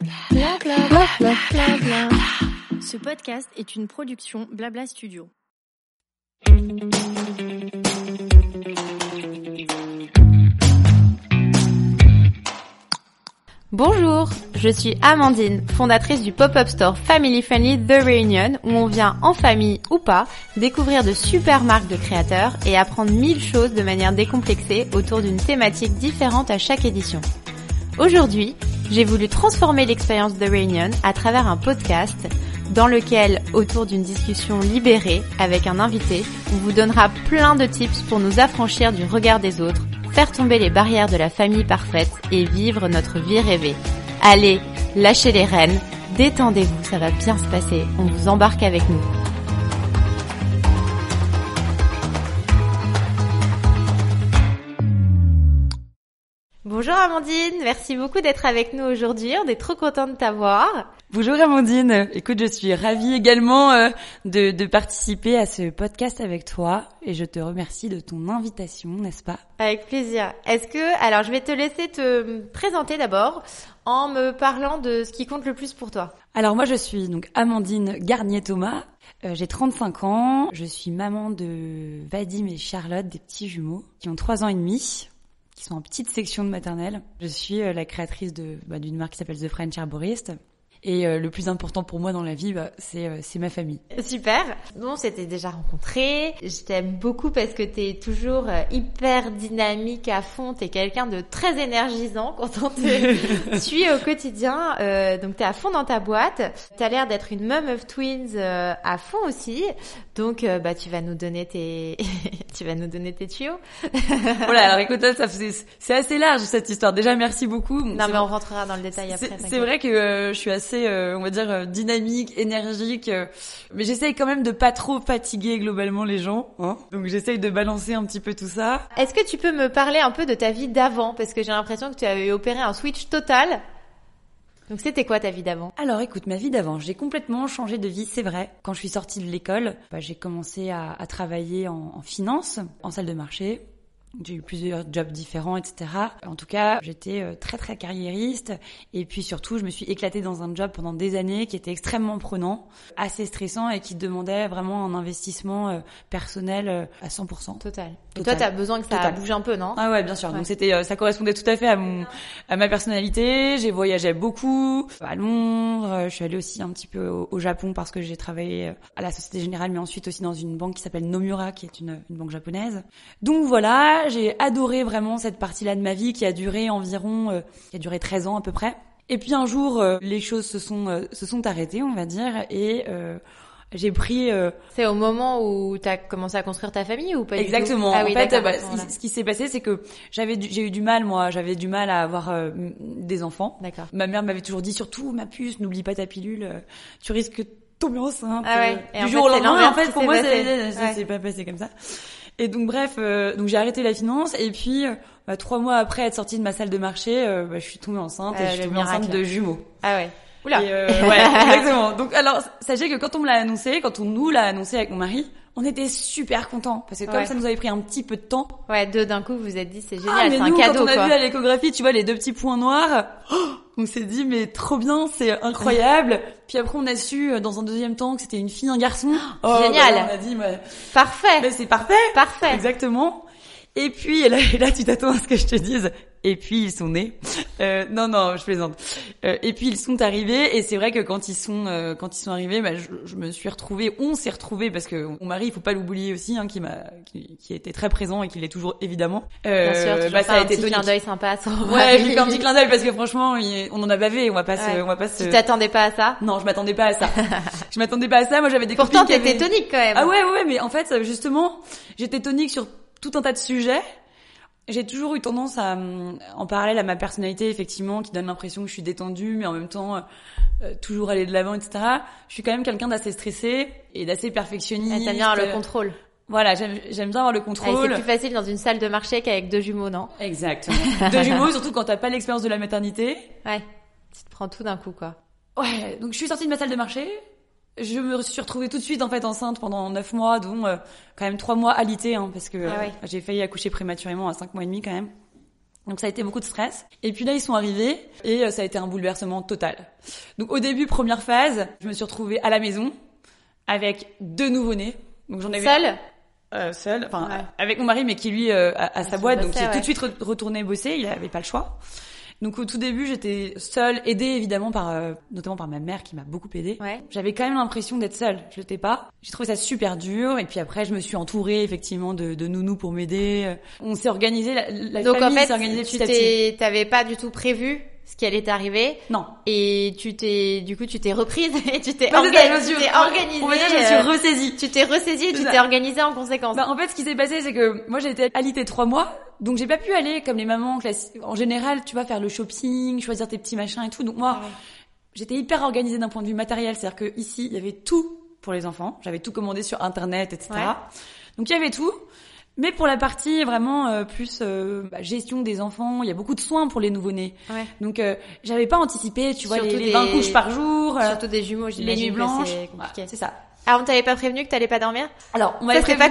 Bla bla bla bla bla bla. Ce podcast est une production Blabla Studio. Bonjour, je suis Amandine, fondatrice du pop-up store Family Friendly The Reunion, où on vient en famille ou pas découvrir de super marques de créateurs et apprendre 1000 choses de manière décomplexée autour d'une thématique différente à chaque édition. Aujourd'hui, j'ai voulu transformer l'expérience The Reunion à travers un podcast dans lequel, autour d'une discussion libérée avec un invité, on vous donnera plein de tips pour nous affranchir du regard des autres, faire tomber les barrières de la famille parfaite et vivre notre vie rêvée. Allez, lâchez les rênes, détendez-vous, ça va bien se passer, on vous embarque avec nous. Bonjour Amandine, merci beaucoup d'être avec nous aujourd'hui, on est trop contents de t'avoir. Bonjour Amandine, écoute, je suis ravie également de participer à ce podcast avec toi et je te remercie de ton invitation, n'est-ce pas? Avec plaisir. Alors je vais te laisser te présenter d'abord en me parlant de ce qui compte le plus pour toi. Alors moi je suis donc Amandine Garnier-Thomas, j'ai 35 ans, je suis maman de Vadim et Charlotte, des petits jumeaux qui ont 3 ans et demi. Qui sont en petite section de maternelle. Je suis la créatrice d'une marque qui s'appelle The French Herborist. Et le plus important pour moi dans la vie, c'est ma famille. Super. On s'était déjà rencontrés. Je t'aime beaucoup parce que t'es toujours hyper dynamique à fond. T'es quelqu'un de très énergisant quand on te suit au quotidien. Donc t'es à fond dans ta boîte. T'as l'air d'être une mum of twins à fond aussi. Donc tu vas nous donner tes tuyaux. Voilà. Alors écoute, c'est assez large cette histoire. Déjà merci beaucoup. Non mais on rentrera dans le détail après. C'est vrai que je suis assez on va dire dynamique, énergique, mais j'essaye quand même de pas trop fatiguer globalement les gens, hein. Donc j'essaye de balancer un petit peu tout ça. Est-ce que tu peux me parler un peu de ta vie d'avant, parce que j'ai l'impression que tu avais opéré un switch total. Donc c'était quoi ta vie d'avant? Alors écoute, ma vie d'avant, j'ai complètement changé de vie, c'est vrai. Quand je suis sortie de l'école, j'ai commencé à travailler en finance, en salle de marché. J'ai eu plusieurs jobs différents, etc. En tout cas, j'étais très très carriériste et puis surtout, je me suis éclatée dans un job pendant des années qui était extrêmement prenant, assez stressant et qui demandait vraiment un investissement personnel à 100%. Total. Et toi, t'as besoin que ça bouge un peu, non? Ah ouais, bien sûr. Ouais. Donc ça correspondait tout à fait à ma personnalité. J'ai voyagé beaucoup à Londres. Je suis allée aussi un petit peu au Japon parce que j'ai travaillé à la Société Générale, mais ensuite aussi dans une banque qui s'appelle Nomura, qui est une banque japonaise. Donc voilà. J'ai adoré vraiment cette partie-là de ma vie qui a duré 13 ans à peu près. Et puis un jour, les choses se sont arrêtées, on va dire, et j'ai pris... C'est au moment où t'as commencé à construire ta famille ou pas? Exactement. Ah oui, en fait, ce qui s'est passé, c'est que j'avais eu du mal à avoir des enfants. D'accord. Ma mère m'avait toujours dit, surtout ma puce, n'oublie pas ta pilule, tu risques de tomber enceinte. Ah ouais. Et du jour au lendemain. En fait, pour moi, ça s'est pas passé comme ça. Et donc bref, donc j'ai arrêté la finance et puis 3 mois après être sortie de ma salle de marché, je suis tombée enceinte et je suis tombée enceinte de jumeaux. Ah ouais. Oula. Ouais, exactement. Donc alors sachez que quand on nous l'a annoncé avec mon mari, on était super contents parce que comme ça nous avait pris un petit peu de temps. Ouais, d'un coup vous vous êtes dit c'est génial, c'est un quand cadeau on a quoi. Vu à l'échographie, tu vois les 2 petits points noirs, on s'est dit mais trop bien, c'est incroyable. Puis après on a su dans un deuxième temps que c'était une fille, un garçon. Génial. Bah, on a dit parfait. Mais c'est parfait. Parfait. Exactement. Et puis, et là, tu t'attends à ce que je te dise. Et puis, ils sont nés. Non, je plaisante. Et puis, ils sont arrivés. Et c'est vrai que quand ils sont arrivés, je me suis retrouvée, on s'est retrouvés parce que mon mari, il faut pas l'oublier aussi, hein, qui a été très présent et qui l'est toujours, évidemment. Bien sûr, ça a été un petit clin d'œil sympa. Ouais, je lui fais un petit clin d'œil parce que franchement, on en a bavé. On va pas se... Tu t'attendais pas à ça? Non, je m'attendais pas à ça. Moi, j'avais des Pourtant, copines t'étais tonique quand même. Ah ouais, mais en fait, justement, j'étais tonique sur tout un tas de sujets. J'ai toujours eu tendance à, en parallèle à ma personnalité, effectivement, qui donne l'impression que je suis détendue, mais en même temps, toujours aller de l'avant, etc. Je suis quand même quelqu'un d'assez stressé et d'assez perfectionniste. T'aimes bien avoir le contrôle. Voilà, j'aime bien avoir le contrôle. C'est plus facile dans une salle de marché qu'avec 2 jumeaux, non? Exactement. 2 jumeaux, surtout quand t'as pas l'expérience de la maternité. Ouais. Tu te prends tout d'un coup, quoi. Ouais. Donc, je suis sortie de ma salle de marché. Je me suis retrouvée tout de suite en fait enceinte pendant 9 mois, dont quand même 3 mois alitée, hein, parce que j'ai failli accoucher prématurément à 5 mois et demi quand même. Donc ça a été beaucoup de stress. Et puis là, ils sont arrivés et ça a été un bouleversement total. Donc au début, première phase, je me suis retrouvée à la maison avec 2 nouveau-nés. Donc j'en avais seule, enfin avec mon mari, mais qui lui a sa boîte, donc qui est tout de suite retourné bosser. Il avait pas le choix. Donc au tout début, j'étais seule, aidée évidemment notamment par ma mère qui m'a beaucoup aidée. Ouais. J'avais quand même l'impression d'être seule, je l'étais pas. J'ai trouvé ça super dur et puis après je me suis entourée effectivement de nounous pour m'aider. On s'est organisé, la donc famille en fait, s'est organisée petit à petit. T'avais pas du tout prévu ce qui allait t'arriver. Non. Et tu t'es reprise et tu t'es organisée. On va dire, je me suis ressaisie. Tu t'es ressaisie et tu t'es organisée en conséquence. En fait, ce qui s'est passé, c'est que moi, j'ai été alitée 3 mois. Donc, j'ai pas pu aller comme les mamans en général, tu vas faire le shopping, choisir tes petits machins et tout. Donc, moi, j'étais hyper organisée d'un point de vue matériel. C'est-à-dire que ici, il y avait tout pour les enfants. J'avais tout commandé sur Internet, etc. Ouais. Donc, il y avait tout. Mais pour la partie vraiment plus gestion des enfants, il y a beaucoup de soins pour les nouveau-nés. Ouais. Donc j'avais pas anticipé, tu vois, les 20 couches par jour, surtout des jumeaux, les nuits blanches, c'est compliqué. C'est ça. Ah, on t'avait pas prévenu que t'allais pas dormir? Alors, on m'avait prévenu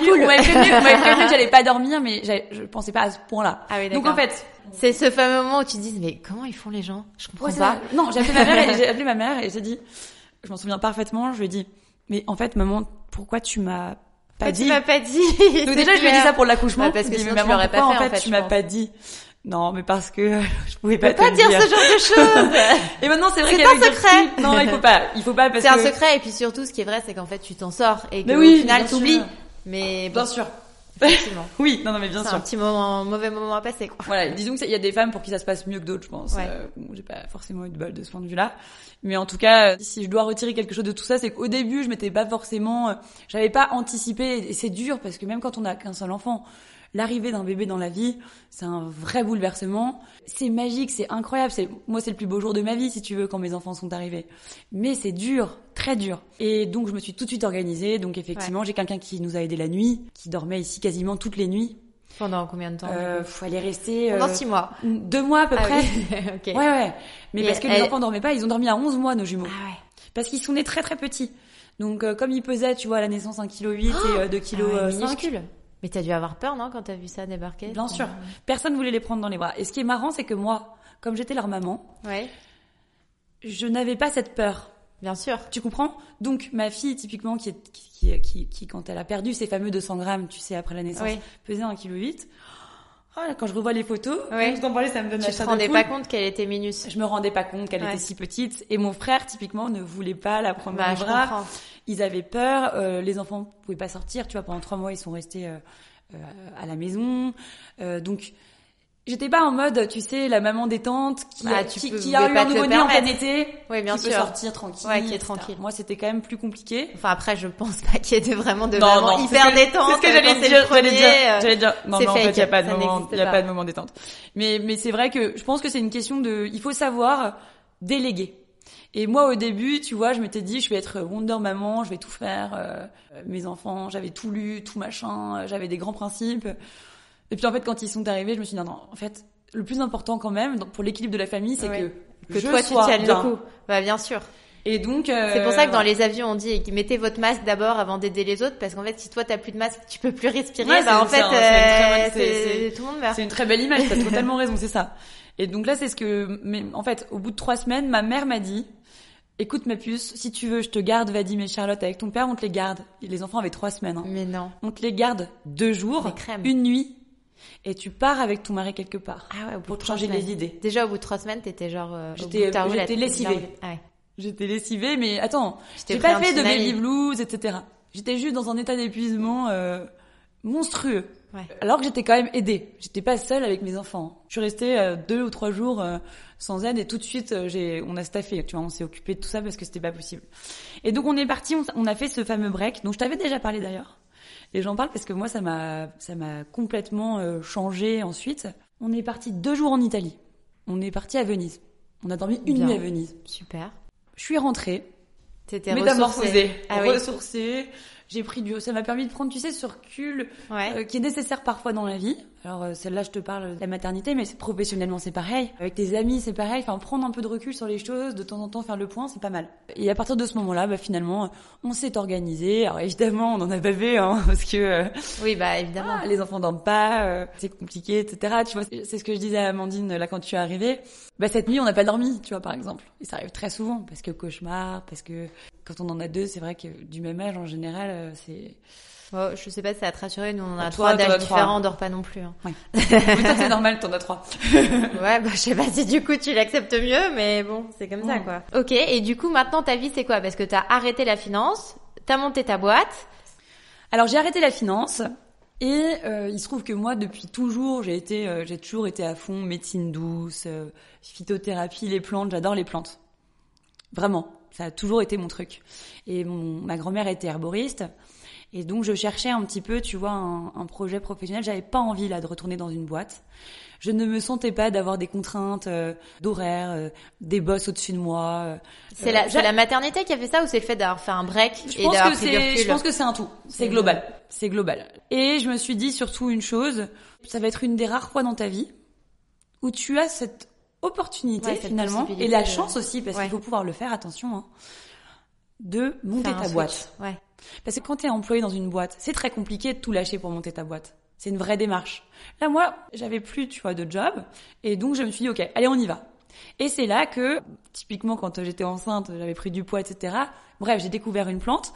que j'allais pas dormir, mais je pensais pas à ce point-là. Ah oui, donc en fait, c'est ce fameux moment où tu te dis mais comment ils font les gens? Je comprends pas. Non, j'ai appelé ma mère et j'ai dit, je m'en souviens parfaitement, je lui ai dit mais en fait maman, pourquoi tu m'as pas dit. Tu m'as pas dit. Donc déjà, je lui ai dit ça pour l'accouchement. Parce que sinon, tu l'aurais pas fait, en fait, tu m'as pas dit. Non, mais parce que je pouvais pas te dire ce genre de choses. Et maintenant, c'est vrai qu'il y a un secret. Non, il faut pas parce que... C'est un secret, et puis surtout, ce qui est vrai, c'est qu'en fait, tu t'en sors, et que, au final, t'oublies. Mais bon. Bien sûr. Effectivement. Oui, non, mais bien sûr. C'est un petit mauvais moment à passer, quoi. Voilà, disons qu'il y a des femmes pour qui ça se passe mieux que d'autres, je pense. Ouais. J'ai pas forcément eu de bol de ce point de vue-là. Mais en tout cas, si je dois retirer quelque chose de tout ça, c'est qu'au début, je m'étais pas forcément, j'avais pas anticipé, et c'est dur parce que même quand on a qu'un seul enfant, l'arrivée d'un bébé dans la vie, c'est un vrai bouleversement. C'est magique, c'est incroyable. Moi, c'est le plus beau jour de ma vie, si tu veux, quand mes enfants sont arrivés. Mais c'est dur, très dur. Et donc, je me suis tout de suite organisée. Donc, effectivement, j'ai quelqu'un qui nous a aidé la nuit, qui dormait ici quasiment toutes les nuits. Pendant combien de temps? Elle est restée... Pendant 6 mois. 2 mois à peu près. Oui. Okay. Ouais. Mais parce que les enfants dormaient pas, ils ont dormi à 11 mois, nos jumeaux. Ah ouais. Parce qu'ils sont nés très très petits. Donc, comme ils pesaient, tu vois, à la naissance 1,8 kg et 2,5 kg. Minuscule. Mais t'as dû avoir peur, non, quand t'as vu ça débarquer? Bien sûr. Personne voulait les prendre dans les bras. Et ce qui est marrant, c'est que moi, comme j'étais leur maman, je n'avais pas cette peur. Bien sûr. Tu comprends? Donc, ma fille, typiquement, qui, quand elle a perdu ses fameux 200 grammes, tu sais, après la naissance, pesait 1,8 kg. Oh, là, quand je revois les photos, quand je t'en parlais, ça me donne la chair de poule. Tu te rendais pas compte qu'elle était minus? Je me rendais pas compte qu'elle était si petite. Et mon frère, typiquement, ne voulait pas la prendre dans les bras. Comprends. Ils avaient peur. Les enfants pouvaient pas sortir. Tu vois, pendant 3 mois, ils sont restés à la maison. Donc, j'étais pas en mode, tu sais, la maman détente qui a eu un nouveau-né en plein été, qui peut sortir tranquille. Ouais, qui est tranquille. Moi, c'était quand même plus compliqué. Enfin, après, je pense pas qu'il y ait vraiment de maman hyper détente. C'est ce que j'allais dire. Non, mais en fait, il y a pas de moment détente. Mais c'est vrai que je pense que c'est une question il faut savoir déléguer. Et moi, au début, tu vois, je m'étais dit, je vais être Wonder Maman, je vais tout faire, mes enfants, j'avais tout lu, tout machin, j'avais des grands principes. Et puis en fait, quand ils sont arrivés, je me suis dit non, en fait, le plus important quand même pour l'équilibre de la famille, c'est que toi tu tiennes le coup. Bah bien sûr. Et donc c'est pour ça que dans les avions on dit mettez votre masque d'abord avant d'aider les autres, parce qu'en fait si toi t'as plus de masque, tu peux plus respirer, en fait tout le monde meurt. C'est une très belle image, t'as totalement raison, c'est ça. Et donc là, c'est mais en fait, au bout de 3 semaines, ma mère m'a dit, écoute ma puce, si tu veux, je te garde Vadim et Charlotte avec ton père, on te les garde. Les enfants avaient 3 semaines. Hein. Mais non. On te les garde 2 jours, une nuit, et tu pars avec ton mari quelque part. Ah ouais, pour te changer les idées. Déjà, au bout de 3 semaines, t'étais genre, j'étais lessivée. Ah ouais. J'étais lessivée, mais attends, j'ai pas fait de baby blues, etc. J'étais juste dans un état d'épuisement, monstrueux. Ouais. Alors que j'étais quand même aidée. J'étais pas seule avec mes enfants. Je suis restée 2 ou 3 jours sans aide et tout de suite on a staffé. Tu vois, on s'est occupé de tout ça parce que c'était pas possible. Et donc on est parti, on a fait ce fameux break dont je t'avais déjà parlé d'ailleurs. Et j'en parle parce que moi ça m'a complètement changé ensuite. On est parti 2 jours en Italie. On est parti à Venise. On a dormi une nuit à Venise. Super. Je suis rentrée. T'étais métamorphosée, ressourcée. Ressourcée. ça m'a permis de prendre, tu sais, ce recul qui est nécessaire parfois dans la vie. Alors celle-là, je te parle de la maternité, mais professionnellement, c'est pareil. Avec tes amis, c'est pareil. Enfin, prendre un peu de recul sur les choses, de temps en temps faire le point, c'est pas mal. Et à partir de ce moment-là, finalement, on s'est organisé. Alors évidemment, on en a bavé, parce que oui, évidemment, les enfants dorment pas, c'est compliqué, etc. Tu vois, c'est ce que je disais à Amandine là quand tu es arrivée. Cette nuit, on n'a pas dormi, tu vois, par exemple. Et ça arrive très souvent parce que cauchemar, parce que quand on en a deux, c'est vrai que du même âge en général, c'est. Oh, je sais pas si ça va te rassurer, nous on a 3 d'âges différents, on dort pas non plus. Ouais. Toi c'est normal, t'en as 3. Ouais, je sais pas si du coup tu l'acceptes mieux, mais bon, c'est comme ça quoi. Ok, et du coup maintenant ta vie c'est quoi? Parce que t'as arrêté la finance, t'as monté ta boîte. Alors j'ai arrêté la finance et il se trouve que moi depuis toujours j'ai toujours été à fond médecine douce, phytothérapie, les plantes, j'adore les plantes. Vraiment, ça a toujours été mon truc. Et ma grand-mère était herboriste. Et donc, je cherchais un petit peu, tu vois, un projet professionnel. J'avais pas envie, là, de retourner dans une boîte. Je ne me sentais pas d'avoir des contraintes d'horaire, des boss au-dessus de moi. C'est la maternité qui a fait ça ou c'est le fait d'avoir fait un break et d'avoir pris du recul? Je pense que c'est un tout. C'est global. C'est global. Et je me suis dit surtout une chose. Ça va être une des rares fois dans ta vie où tu as cette opportunité, finalement. Et la chance aussi, parce qu'il faut pouvoir le faire, attention, de monter ta boîte. Ouais. Parce que quand t'es employé dans une boîte, c'est très compliqué de tout lâcher pour monter ta boîte. C'est une vraie démarche. Là, moi, j'avais plus, tu vois, de job. Et donc, je me suis dit, OK, allez, on y va. Et c'est là que, typiquement, quand j'étais enceinte, j'avais pris du poids, etc. Bref, j'ai découvert une plante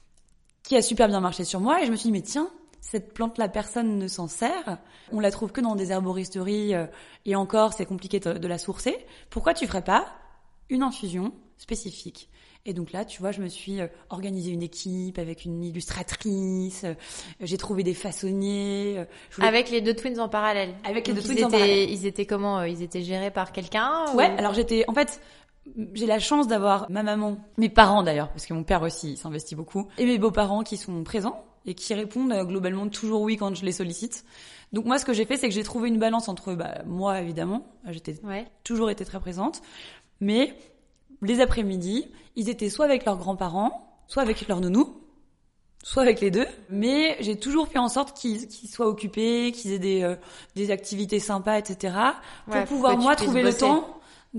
qui a super bien marché sur moi. Et je me suis dit, mais tiens, cette plante-là, personne ne s'en sert. On la trouve que dans des herboristeries. Et encore, c'est compliqué de la sourcer. Pourquoi tu ferais pas une infusion spécifique? Et donc là, tu vois, je me suis organisé une équipe avec une illustratrice, j'ai trouvé des façonniers. Avec les deux twins en parallèle. Avec les deux twins en parallèle. Ils étaient comment? Ils étaient gérés par quelqu'un? Ouais, alors en fait, j'ai la chance d'avoir ma maman, mes parents d'ailleurs, parce que mon père aussi s'investit beaucoup, et mes beaux-parents qui sont présents et qui répondent globalement toujours oui quand je les sollicite. Donc moi, ce que j'ai fait, c'est que j'ai trouvé une balance entre moi, évidemment, toujours été très présente, mais les après-midi, ils étaient soit avec leurs grands-parents, soit avec leurs nounous, soit avec les deux. Mais j'ai toujours fait en sorte qu'ils soient occupés, qu'ils aient des activités sympas, etc. pour pouvoir, moi, trouver le temps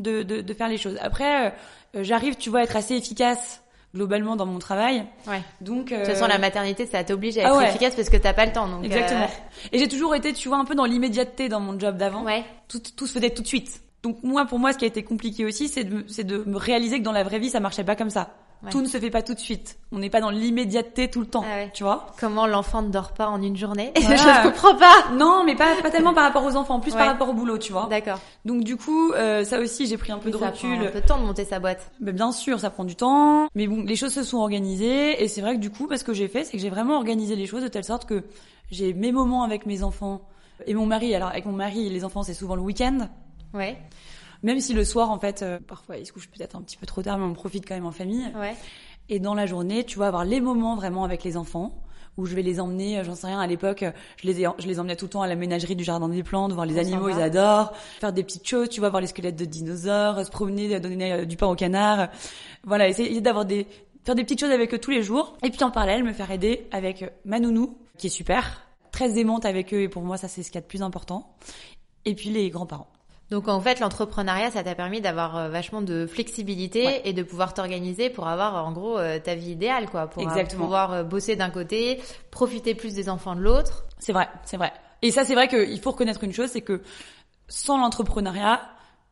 de faire les choses. Après, j'arrive, tu vois, à être assez efficace globalement dans mon travail. Ouais. Donc, de toute façon, la maternité, ça t'oblige à être efficace parce que t'as pas le temps. Donc, exactement. Et j'ai toujours été, tu vois, un peu dans l'immédiateté dans mon job d'avant. Ouais. Tout se faisait tout de suite. Donc pour moi, ce qui a été compliqué aussi, c'est de me réaliser que dans la vraie vie, ça marchait pas comme ça. Ouais. Tout ne se fait pas tout de suite. On n'est pas dans l'immédiateté tout le temps, tu vois. Comment l'enfant ne dort pas en une journée? Voilà. Je comprends pas. Non, mais pas tellement par rapport aux enfants, plus par rapport au boulot, tu vois. D'accord. Donc du coup, ça aussi, j'ai pris un peu de recul. Ça prend un peu de temps de monter sa boîte. Mais bien sûr, ça prend du temps. Mais bon, les choses se sont organisées et c'est vrai que du coup, ce que j'ai fait, c'est que j'ai vraiment organisé les choses de telle sorte que j'ai mes moments avec mes enfants et mon mari. Alors avec mon mari, les enfants, c'est souvent le week-end. Ouais. Même si le soir, en fait, parfois, ils se couchent peut-être un petit peu trop tard, mais on profite quand même en famille. Ouais. Et dans la journée, tu vas avoir les moments vraiment avec les enfants, où je vais les emmener, j'en sais rien, à l'époque, je les emmenais tout le temps à la ménagerie du jardin des plantes, voir les animaux, ils adorent. Faire des petites choses, tu vois, voir les squelettes de dinosaures, se promener, donner du pain aux canards. Voilà, essayer faire des petites choses avec eux tous les jours. Et puis en parallèle, me faire aider avec ma nounou, qui est super, très aimante avec eux, et pour moi, ça, c'est ce qu'il y a de plus important. Et puis les grands-parents. Donc en fait, l'entrepreneuriat, ça t'a permis d'avoir vachement de flexibilité et de pouvoir t'organiser pour avoir en gros ta vie idéale, quoi, pour pouvoir bosser d'un côté, profiter plus des enfants de l'autre. C'est vrai. Et ça, c'est vrai qu'il faut reconnaître une chose, c'est que sans l'entrepreneuriat,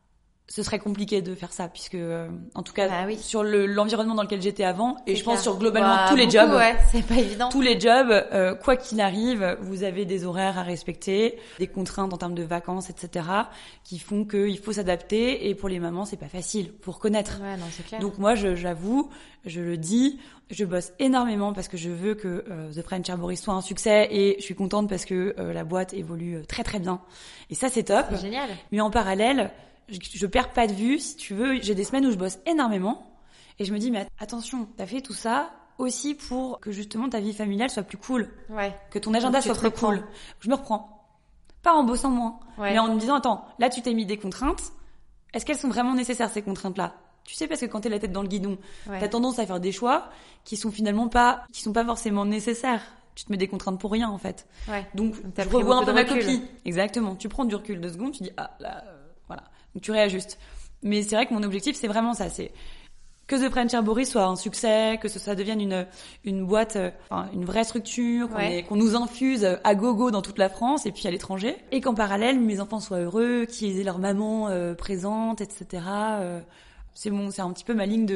ce serait compliqué de faire ça, puisque en tout cas sur l'environnement dans lequel j'étais avant, et je pense sur globalement tous les jobs, c'est pas évident. Tous les jobs, quoi qu'il arrive, vous avez des horaires à respecter, des contraintes en termes de vacances, etc., qui font qu'il faut s'adapter. Et pour les mamans, c'est pas facile, faut reconnaître. Ouais, non, c'est clair. Donc moi, j'avoue, je le dis, je bosse énormément parce que je veux que The French Herborist soit un succès, et je suis contente parce que la boîte évolue très très bien. Et ça, c'est top. C'est génial. Mais en parallèle, je perds pas de vue, si tu veux. J'ai des semaines où je bosse énormément et je me dis, mais attention, t'as fait tout ça aussi pour que justement ta vie familiale soit plus cool. Ouais. Que ton agenda soit plus cool. Je me reprends. Pas en bossant moins, mais en me disant, attends, là tu t'es mis des contraintes. Est-ce qu'elles sont vraiment nécessaires, ces contraintes-là? Tu sais, parce que quand t'es la tête dans le guidon, Ouais. t'as tendance à faire des choix qui sont pas forcément nécessaires. Tu te mets des contraintes pour rien, en fait. Ouais. Donc t'as je pris revois un beaucoup peu de ma recul. copie. Exactement. Tu prends du recul 2 secondes, tu dis, voilà. Donc tu réajustes. Mais c'est vrai que mon objectif, c'est vraiment ça. C'est que The French Arborist soit un succès, que ça devienne une boîte, une vraie structure, qu'on nous infuse à gogo dans toute la France et puis à l'étranger. Et qu'en parallèle, mes enfants soient heureux, qu'ils aient leur maman présente, etc. C'est un petit peu ma ligne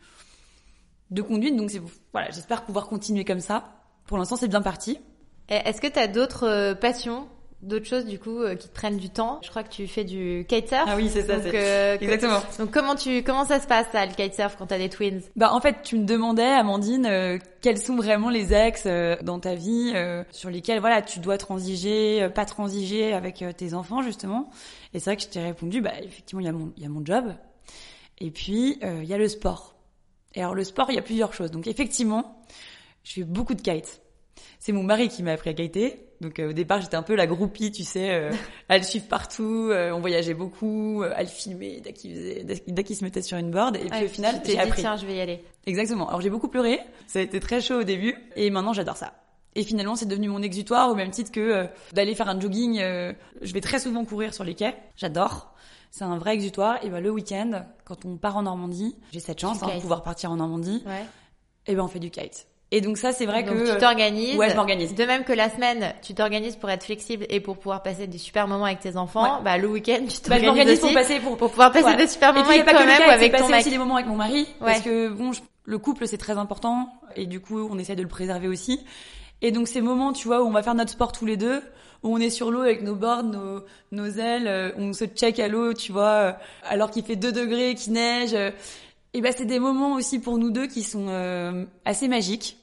de conduite. Donc voilà, j'espère pouvoir continuer comme ça. Pour l'instant, c'est bien parti. Et est-ce que t'as d'autres passions, d'autres choses du coup qui te prennent du temps? Je crois que tu fais du kitesurf. Ah oui, c'est ça. Donc, exactement. Donc comment ça se passe ça, le kitesurf, quand t'as des twins? En fait, tu me demandais, Amandine, quels sont vraiment les axes dans ta vie sur lesquels voilà tu dois transiger, pas transiger avec tes enfants justement. Et c'est vrai que je t'ai répondu, effectivement il y a mon job, et puis il y a le sport. Et alors le sport, il y a plusieurs choses. Donc effectivement, je fais beaucoup de kites. C'est mon mari qui m'a appris à kiter. Donc au départ, j'étais un peu la groupie, tu sais, à le suivre partout, on voyageait beaucoup, à le filmer dès qu'il se mettait sur une board, et puis au final, j'ai appris. Tiens, je vais y aller. Exactement. Alors j'ai beaucoup pleuré, ça a été très chaud au début, et maintenant j'adore ça. Et finalement, c'est devenu mon exutoire, au même titre que d'aller faire un jogging. Je vais très souvent courir sur les quais, j'adore. C'est un vrai exutoire. Et le week-end, quand on part en Normandie, j'ai cette chance de pouvoir partir en Normandie. Ouais. Et on fait du kite. Et donc ça, c'est vrai donc que tu t'organises. Ouais, je m'organise. De même que la semaine, tu t'organises pour être flexible et pour pouvoir passer des super moments avec tes enfants. Ouais. Le week-end, tu je t'organises m'organise aussi pour pouvoir passer des super moments avec toi-même ou avec ton mec. aussi des moments avec mon mari, Ouais. parce que le couple c'est très important et du coup on essaie de le préserver aussi. Et donc ces moments, tu vois, où on va faire notre sport tous les deux, où on est sur l'eau avec nos boards, nos ailes, on se check à l'eau, tu vois, alors qu'il fait 2 degrés, qu'il neige. Et c'est des moments aussi pour nous deux qui sont assez magiques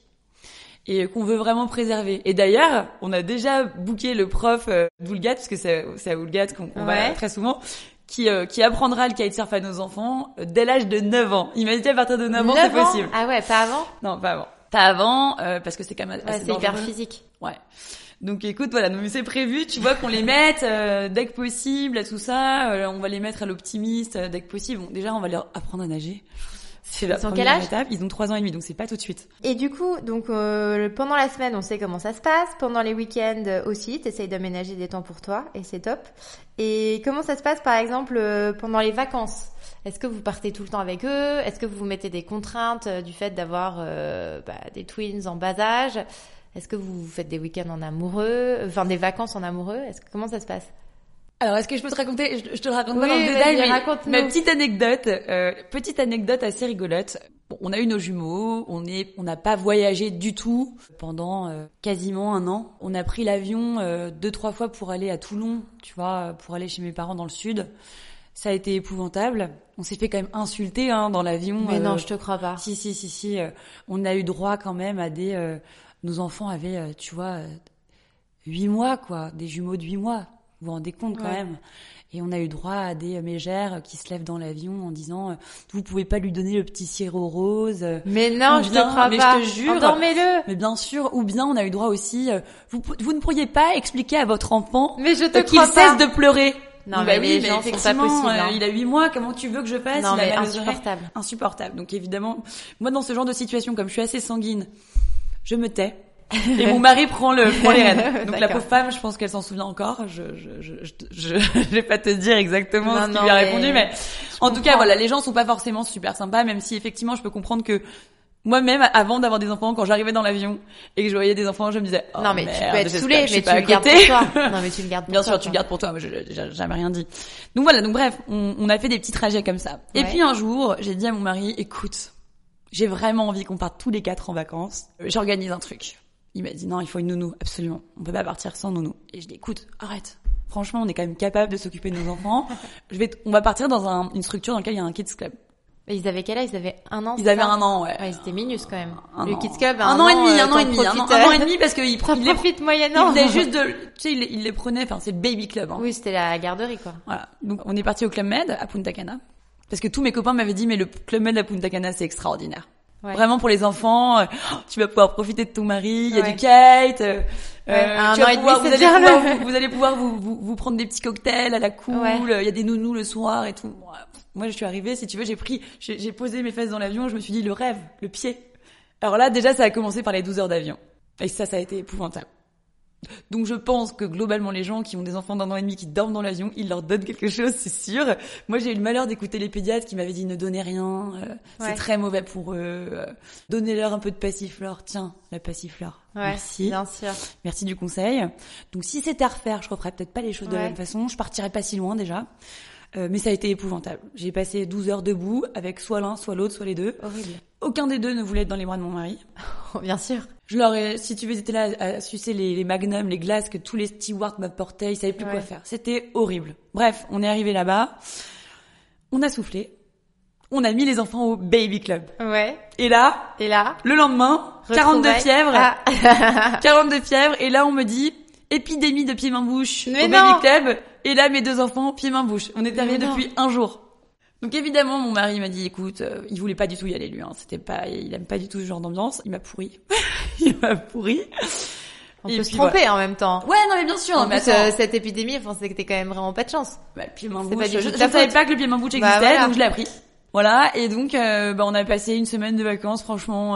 et qu'on veut vraiment préserver. Et d'ailleurs, on a déjà booké le prof d'Oulgat, parce que c'est à Oulgat qu'on va très souvent, qui apprendra le kitesurf à nos enfants dès l'âge de 9 ans. Il m'a dit à partir de 9 ans, c'est possible. Ah ouais, pas avant? Non, pas avant. Pas avant, parce que c'est quand même assez dangereux. C'est hyper physique. Ouais. Donc écoute, voilà, donc c'est prévu, tu vois, qu'on les mette dès que possible, à tout ça. On va les mettre à l'optimiste dès que possible. Bon, déjà, on va leur apprendre à nager. C'est la première étape. Ils ont 3 ans et demi, donc c'est pas tout de suite. Et du coup, donc pendant la semaine, on sait comment ça se passe. Pendant les week-ends aussi, t'essayes d'aménager des temps pour toi, et c'est top. Et comment ça se passe, par exemple, pendant les vacances? Est-ce que vous partez tout le temps avec eux? Est-ce que vous vous mettez des contraintes du fait d'avoir des twins en bas âge? Est-ce que vous faites des week-ends en amoureux, enfin des vacances en amoureux? Comment ça se passe? Alors, est-ce que je peux te raconter? Je te le raconte pas Oui, dans le détail, mais raconte-nous. ma petite anecdote assez rigolote. Bon, on a eu nos jumeaux, on n'a pas voyagé du tout pendant quasiment 1 an. On a pris l'avion 2-3 fois pour aller à Toulon, tu vois, pour aller chez mes parents dans le sud. Ça a été épouvantable. On s'est fait quand même insulter dans l'avion. Mais non, je te crois pas. Si. On a eu droit quand même à des... nos enfants avaient, 8 mois, quoi. Des jumeaux de 8 mois. Vous vous rendez compte quand même. Et on a eu droit à des mégères qui se lèvent dans l'avion en disant vous pouvez pas lui donner le petit sirop rose. Mais non, je te crois mais pas. Je te jure. Endormez-le. Mais bien sûr. Ou bien on a eu droit aussi vous ne pourriez pas expliquer à votre enfant mais je te qu'il cesse de pleurer. Non, mais les gens sont pas possibles. Il a 8 mois, comment tu veux que je fasse? Non, il a mais mal aux oreilles. insupportable. Donc évidemment, moi dans ce genre de situation, comme je suis assez sanguine, je me tais. Et mon mari prend les rênes. Donc la pauvre femme, je pense qu'elle s'en souvient encore. Je vais pas te dire exactement ce qu'il lui a répondu, mais en tout cas, voilà, les gens sont pas forcément super sympas, même si effectivement, je peux comprendre que moi-même, avant d'avoir des enfants, quand j'arrivais dans l'avion et que je voyais des enfants, je me disais, oh, non, mais merde, tu peux être saoulée, mais tu le gardes pour toi. Non, mais tu le gardes pour Bien toi. sûr, tu le gardes pour toi. Moi, j'ai jamais rien dit. Donc voilà. Donc bref, on a fait des petits trajets comme ça. Et puis un jour, j'ai dit à mon mari, écoute, j'ai vraiment envie qu'on parte tous les 4 en vacances. J'organise un truc. Il m'a dit non, il faut une nounou, absolument. On peut pas partir sans nounou. Et je dis écoute, arrête. Franchement, on est quand même capable de s'occuper de nos enfants. On va partir dans une structure dans laquelle il y a un kids club. Et ils avaient quel âge? Ils avaient 1 an? Ils avaient 1 an, ouais. Ouais, ils étaient minus quand même. Le kids club, 1 an et demi, 1 an et demi parce qu'il profite moyennant. Il faisait juste tu sais, il les prenait, enfin, c'est le baby club, Oui, c'était la garderie, quoi. Voilà. Donc, on est parti au Club Med à Punta Cana. Parce que tous mes copains m'avaient dit, mais le Club Med à Punta Cana, c'est extraordinaire. Ouais. Vraiment pour les enfants, tu vas pouvoir profiter de ton mari, il y a du kite, vous allez pouvoir vous prendre des petits cocktails à la cool, il y a des nounous le soir et tout. Moi, je suis arrivée, si tu veux, j'ai posé mes fesses dans l'avion, je me suis dit, le rêve, le pied. Alors là, déjà, ça a commencé par les 12 heures d'avion. Et ça a été épouvantable. Donc je pense que globalement les gens qui ont des enfants d'1 an et demi qui dorment dans l'avion, ils leur donnent quelque chose, c'est sûr. Moi j'ai eu le malheur d'écouter les pédiatres qui m'avaient dit ne donnez rien, c'est très mauvais pour eux. Donnez-leur un peu de passiflore. Tiens, la passiflore. Merci. Bien sûr. Merci du conseil. Donc si c'était à refaire, je referais peut-être pas les choses de la même façon. Je partirais pas si loin déjà. Mais ça a été épouvantable. J'ai passé 12 heures debout avec soit l'un, soit l'autre, soit les deux. Horrible. Aucun des deux ne voulait être dans les bras de mon mari. Bien sûr. Je leur ai, si tu veux, ils étaient là à sucer les magnums, les glaces que tous les stewards m'apportaient, ils savaient plus quoi faire. C'était horrible. Bref, on est arrivé là-bas, on a soufflé, on a mis les enfants au baby club. Ouais. Et là, le lendemain, 42 fièvres, 42 fièvres, et là on me dit, épidémie de pieds-mains-bouche au baby club, et là mes 2 enfants, pieds-mains-bouche. On est arrivés depuis 1 jour. Donc évidemment, mon mari m'a dit, écoute, il voulait pas du tout y aller lui, hein. Il aime pas du tout ce genre d'ambiance. Il m'a pourri. On peut se tromper en même temps. Ouais, non mais bien sûr. En plus, cette épidémie, enfin, c'est que t'es quand même vraiment pas de chance. Bah, le pied-main-bouche. Je savais pas que le pied-main-bouche existait, donc je l'ai appris. Voilà. Et donc, on a passé une semaine de vacances, franchement,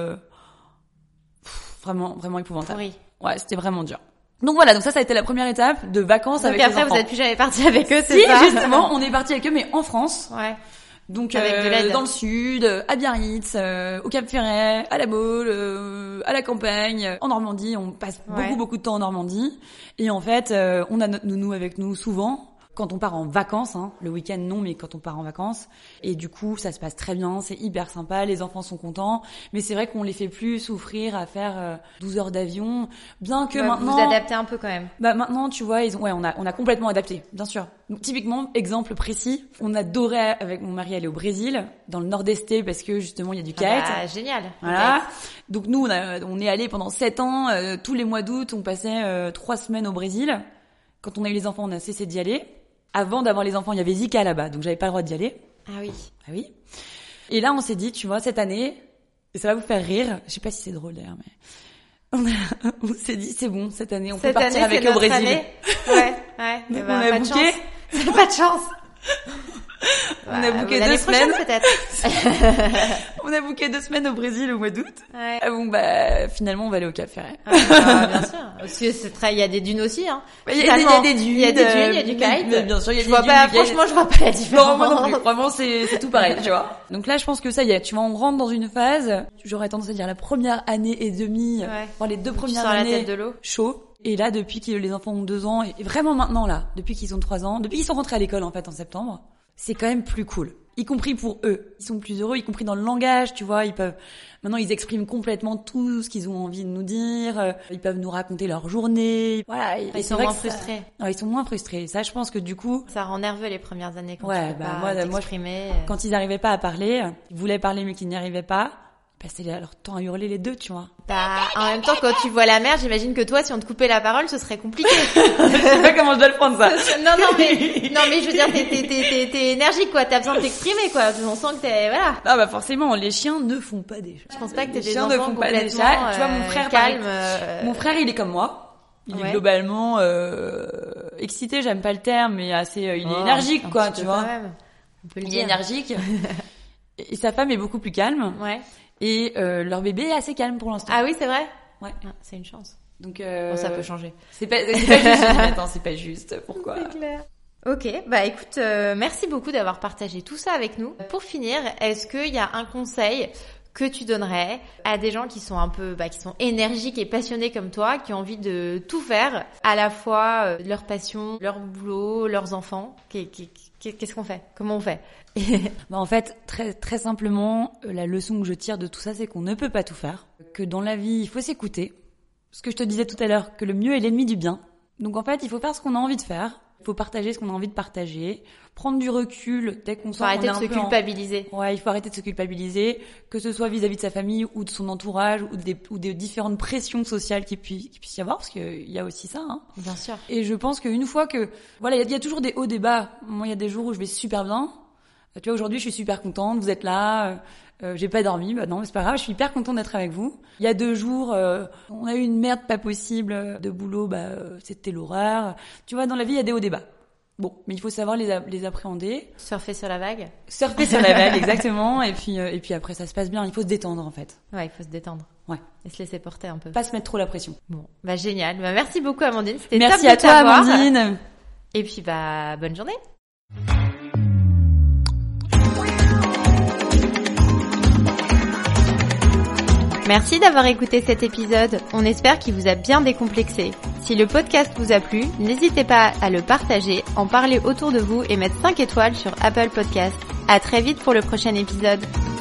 vraiment épouvantable. Oui. Ouais, c'était vraiment dur. Donc voilà, donc ça a été la première étape de vacances avec les enfants. Donc après, vous êtes plus jamais partis avec eux, c'est ça? Si, justement, on est partis avec eux, mais en France. Ouais. Donc avec de l'aide. dans le sud, à Biarritz, au Cap Ferret, à La Baule, à la campagne, en Normandie. On passe beaucoup de temps en Normandie. Et en fait, on a notre nounou avec nous souvent. Quand on part en vacances, hein, le week-end non, mais quand on part en vacances. Et du coup, ça se passe très bien, c'est hyper sympa, les enfants sont contents. Mais c'est vrai qu'on les fait plus souffrir à faire 12 heures d'avion, bien que maintenant... Vous adaptez un peu quand même. Bah maintenant, tu vois, on a complètement adapté, bien sûr. Donc, typiquement, exemple précis, on adorait avec mon mari aller au Brésil, dans le nord-est, parce que justement, il y a du kite. Ah, génial. Voilà. Donc nous, on est allé pendant 7 ans, tous les mois d'août, on passait 3 semaines au Brésil. Quand on a eu les enfants, on a cessé d'y aller. Avant d'avoir les enfants, il y avait Zika là-bas, donc j'avais pas le droit d'y aller. Ah oui. Ah oui. Et là, on s'est dit, tu vois, cette année, et ça va vous faire rire, je sais pas si c'est drôle d'ailleurs, mais on s'est dit, c'est bon, cette année, on peut partir avec eux au Brésil. Ouais. Donc on a booké. C'est pas de chance. On a booké 2 semaines. Peut-être. On a booké 2 semaines au Brésil au mois d'août. Ouais. Ah bon, finalement, on va aller au Cap Ferret. Bien sûr. Parce que il y a des dunes aussi, hein. Il y a des dunes. Il y a du kite. Mais bien sûr, il y a des dunes. Franchement, je vois pas la différence. Non, moi non plus. Vraiment, c'est tout pareil, tu vois. Donc là, je pense que ça y est, tu vois, on rentre dans une phase, j'aurais tendance à dire la première année et demie, les 2 premières années. La tête de l'eau. Chaud. Et là, depuis que les enfants ont 2 ans, et vraiment maintenant là, depuis qu'ils ont 3 ans, depuis qu'ils sont rentrés à l'école en fait en septembre, c'est quand même plus cool. Y compris pour eux. Ils sont plus heureux, y compris dans le langage, tu vois, maintenant ils expriment complètement tout ce qu'ils ont envie de nous dire, ils peuvent nous raconter leur journée. Voilà. Ils sont moins frustrés. Ouais, ils sont moins frustrés. Ça, je pense que du coup. Ça rend nerveux les premières années quand tu peux pas t'exprimer. Quand ils n'arrivaient pas à parler, ils voulaient parler mais qu'ils n'y arrivaient pas. Passer leur temps à hurler les 2, tu vois. En même temps, quand tu vois la mer, j'imagine que toi, si on te coupait la parole, ce serait compliqué. Je sais pas comment je dois le prendre, ça. non, mais je veux dire, t'es énergique, quoi. T'as besoin de t'exprimer, quoi. On sent que t'es, voilà. Ah, bah, forcément, les chiens ne font pas des chats. Je pense pas que t'es des chiens enfants ne font pas des complètement, chats. Tu vois, mon frère, calme, mon frère, il est comme moi. Il est globalement, excité, j'aime pas le terme, mais assez, il est énergique, quoi, tu vois. On peut le dire. Il est énergique. Et sa femme est beaucoup plus calme. Ouais. Et leur bébé est assez calme pour l'instant. Ah oui, c'est vrai. Ouais. Ah, c'est une chance. Donc ça peut changer. C'est pas juste. Attends, c'est pas juste. Pourquoi? C'est clair. Ok, bah écoute, merci beaucoup d'avoir partagé tout ça avec nous. Pour finir, est-ce qu'il y a un conseil que tu donnerais à des gens qui sont un peu, qui sont énergiques et passionnés comme toi, qui ont envie de tout faire, à la fois leur passion, leur boulot, leurs enfants? Qu'est-ce qu'on fait? Comment on fait? En fait, très très simplement, la leçon que je tire de tout ça, c'est qu'on ne peut pas tout faire, que dans la vie, il faut s'écouter. Ce que je te disais tout à l'heure, que le mieux est l'ennemi du bien. Donc en fait, il faut faire ce qu'on a envie de faire. Il faut partager ce qu'on a envie de partager, prendre du recul dès qu'on sent qu'on est un peu... Arrêter de se culpabiliser. Ouais, il faut arrêter de se culpabiliser, que ce soit vis-à-vis de sa famille ou de son entourage ou des différentes pressions sociales qu'il puisse y avoir, parce qu'il y a aussi ça. Hein. Bien sûr. Et je pense qu'une fois que... Voilà, il y a toujours des hauts, des bas. Moi, il y a des jours où je vais super bien. Tu vois, aujourd'hui, je suis super contente, vous êtes là, j'ai pas dormi, bah non, mais c'est pas grave, je suis hyper contente d'être avec vous. Il y a 2 jours, on a eu une merde pas possible de boulot, c'était l'horreur. Tu vois, dans la vie, il y a des hauts, des bas. Bon, mais il faut savoir les appréhender. Surfer sur la vague. Surfer sur la vague, exactement. Et puis après, ça se passe bien. Il faut se détendre, en fait. Ouais, il faut se détendre. Ouais. Et se laisser porter un peu. Pas se mettre trop la pression. Bon, bah génial. Bah merci beaucoup Amandine. C'était Merci top à de toi, t'avoir. Amandine. Et puis bah bonne journée. Merci d'avoir écouté cet épisode. On espère qu'il vous a bien décomplexé. Si le podcast vous a plu, n'hésitez pas à le partager, en parler autour de vous et mettre 5 étoiles sur Apple Podcast. À très vite pour le prochain épisode.